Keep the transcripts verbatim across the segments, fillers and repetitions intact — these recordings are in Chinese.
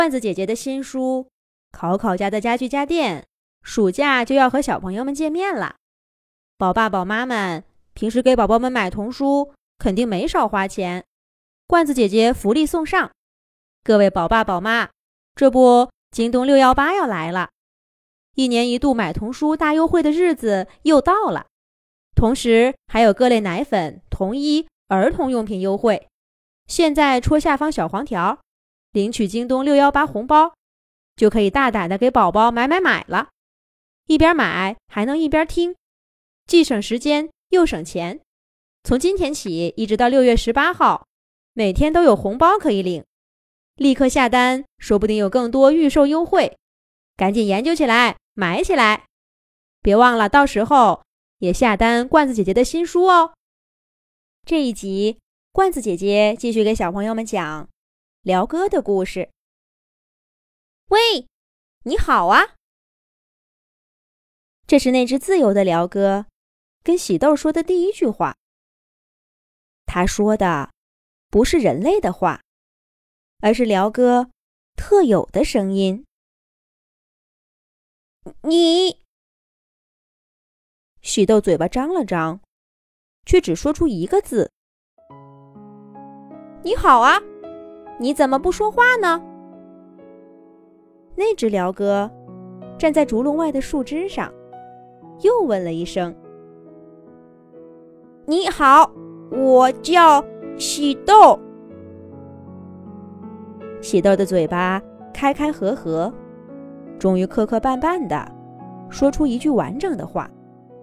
罐子姐姐的新书，考考家的家具家电，暑假就要和小朋友们见面了。宝爸宝妈们平时给宝宝们买童书，肯定没少花钱。罐子姐姐福利送上，各位宝爸宝妈，这不京东六一八要来了，一年一度买童书大优惠的日子又到了。同时还有各类奶粉、童衣、儿童用品优惠。现在戳下方小黄条，领取京东六一八红包，就可以大胆的给宝宝买买买了。一边买还能一边听，既省时间又省钱。从今天起一直到六月十八号，每天都有红包可以领。立刻下单，说不定有更多预售优惠。赶紧研究起来，买起来！别忘了到时候也下单罐子姐姐的新书哦。这一集，罐子姐姐继续给小朋友们讲鹩哥的故事。喂，你好啊！这是那只自由的鹩哥跟喜豆说的第一句话。他说的不是人类的话，而是鹩哥特有的声音。你……喜豆嘴巴张了张，却只说出一个字。你好啊，你怎么不说话呢？那只鹩哥站在竹笼外的树枝上，又问了一声。你好，我叫喜豆。喜豆的嘴巴开开合合，终于磕磕绊绊地说出一句完整的话。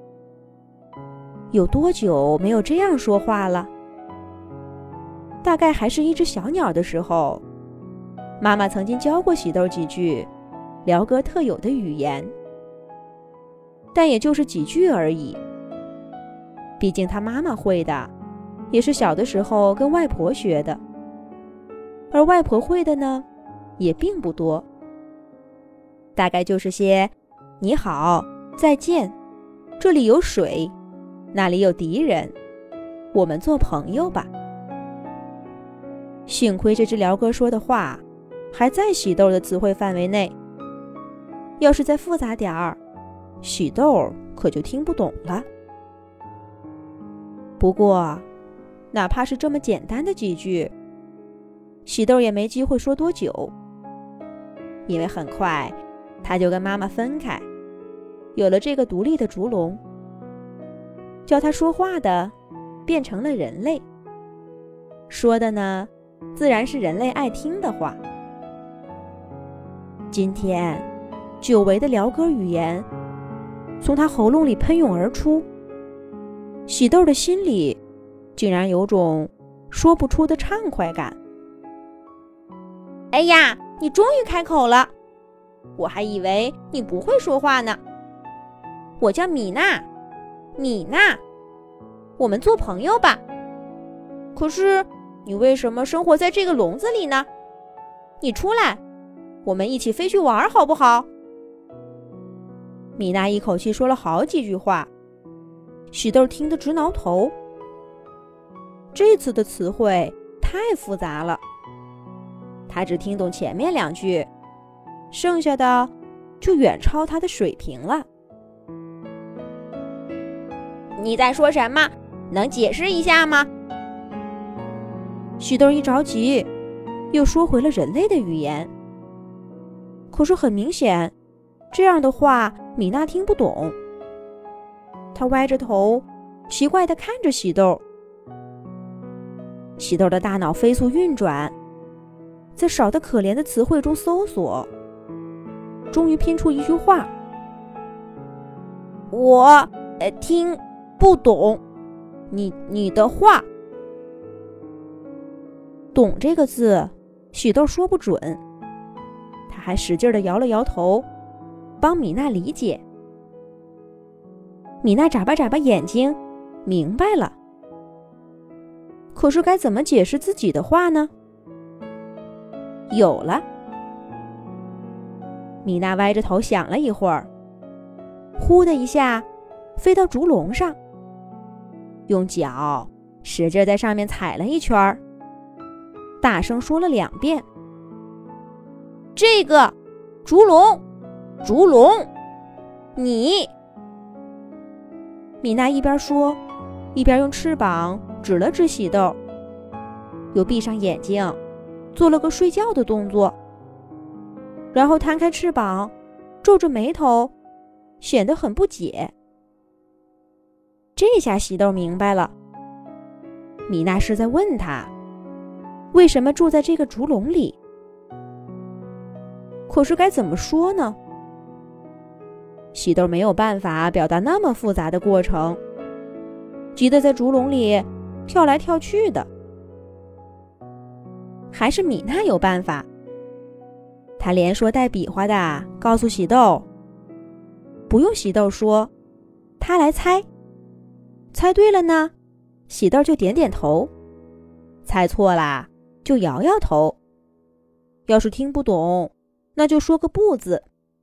有多久没有这样说话了？大概还是一只小鸟的时候，妈妈曾经教过喜豆几句鹩哥特有的语言，但也就是几句而已。毕竟他妈妈会的也是小的时候跟外婆学的，而外婆会的呢也并不多，大概就是些你好、再见、这里有水，那里有敌人，我们做朋友吧。幸亏这只鹩哥说的话还在喜豆的词汇范围内，要是再复杂点儿，喜豆可就听不懂了。不过哪怕是这么简单的几句，喜豆也没机会说多久，因为很快他就跟妈妈分开，有了这个独立的竹笼。教他说话的变成了人类，说的呢自然是人类爱听的话。今天久违的鹩哥语言从他喉咙里喷涌而出，喜豆的心里竟然有种说不出的畅快感。哎呀，你终于开口了，我还以为你不会说话呢。我叫米娜，米娜，我们做朋友吧。可是你为什么生活在这个笼子里呢？你出来，我们一起飞去玩好不好？米娜一口气说了好几句话，喜豆听得直挠头。这次的词汇太复杂了，他只听懂前面两句，剩下的就远超他的水平了。你在说什么？能解释一下吗？喜豆一着急，又说回了人类的语言。可是很明显，这样的话米娜听不懂。她歪着头，奇怪地看着喜豆。喜豆的大脑飞速运转，在少得可怜的词汇中搜索，终于拼出一句话：我、呃、听不懂你你的话。懂这个字，喜豆说不准，他还使劲地摇了摇头，帮米娜理解。米娜眨巴眨巴眼睛，明白了。可是该怎么解释自己的话呢？有了。米娜歪着头想了一会儿，呼的一下飞到竹笼上，用脚使劲在上面踩了一圈，大声说了两遍： 这个竹笼，竹笼，你！米娜一边说，一边用翅膀指了指喜豆，又闭上眼睛，做了个睡觉的动作，然后摊开翅膀，皱着眉头，显得很不解。这下喜豆明白了，米娜是在问他为什么住在这个竹笼里。可是该怎么说呢？喜豆没有办法表达那么复杂的过程，急得在竹笼里跳来跳去的。还是米娜有办法，她连说带比划的告诉喜豆，不用喜豆说，她来猜，猜对了呢，喜豆就点点头，猜错啦就摇摇头，要是听不懂，那就说个不字。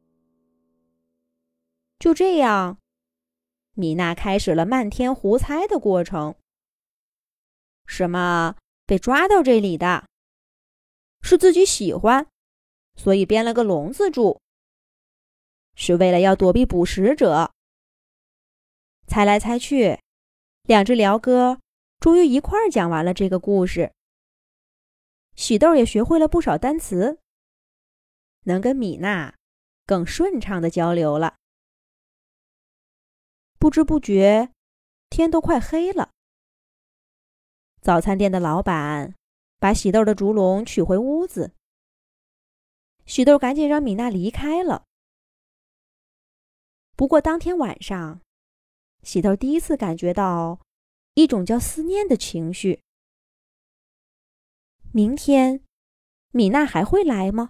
就这样，米娜开始了漫天胡猜的过程。什么被抓到这里的？是自己喜欢，所以编了个笼子住。是为了要躲避捕食者。猜来猜去，两只鹩哥终于一块儿讲完了这个故事。喜豆也学会了不少单词，能跟米娜更顺畅地交流了。不知不觉，天都快黑了。早餐店的老板把喜豆的竹笼取回屋子，喜豆赶紧让米娜离开了。不过当天晚上，喜豆第一次感觉到一种叫思念的情绪。明天，米娜还会来吗？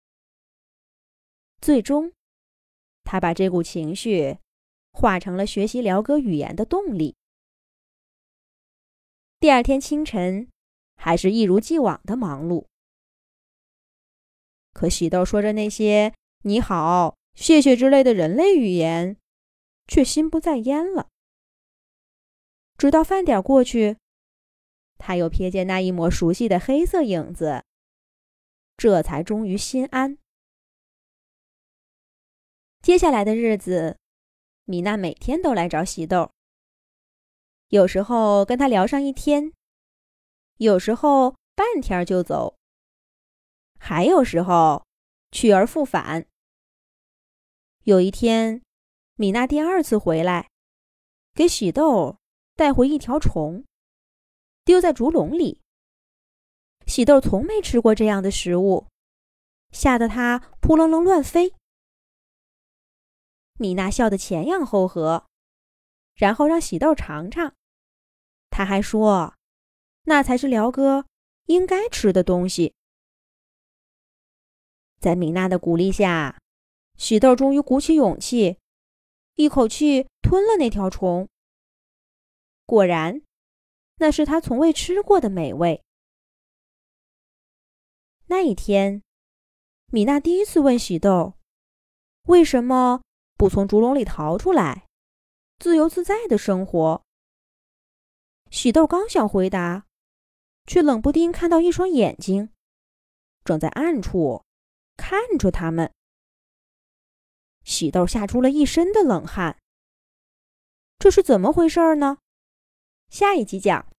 最终，他把这股情绪化成了学习鹩哥语言的动力。第二天清晨，还是一如既往的忙碌。可喜豆说着那些你好、谢谢之类的人类语言，却心不在焉了。直到饭点过去，他又瞥见那一抹熟悉的黑色影子，这才终于心安。接下来的日子，米娜每天都来找喜豆，有时候跟他聊上一天，有时候半天就走，还有时候去而复返。有一天，米娜第二次回来，给喜豆带回一条虫，丢在竹笼里。喜豆从没吃过这样的食物，吓得他扑棱棱乱飞。米娜笑得前仰后合，然后让喜豆尝尝。他还说，那才是鹩哥应该吃的东西。在米娜的鼓励下，喜豆终于鼓起勇气，一口气吞了那条虫。果然，那是他从未吃过的美味。那一天，米娜第一次问喜豆，为什么不从竹笼里逃出来，自由自在的生活？喜豆刚想回答，却冷不丁看到一双眼睛，正在暗处看着他们。喜豆吓出了一身的冷汗。这是怎么回事呢？下一集讲。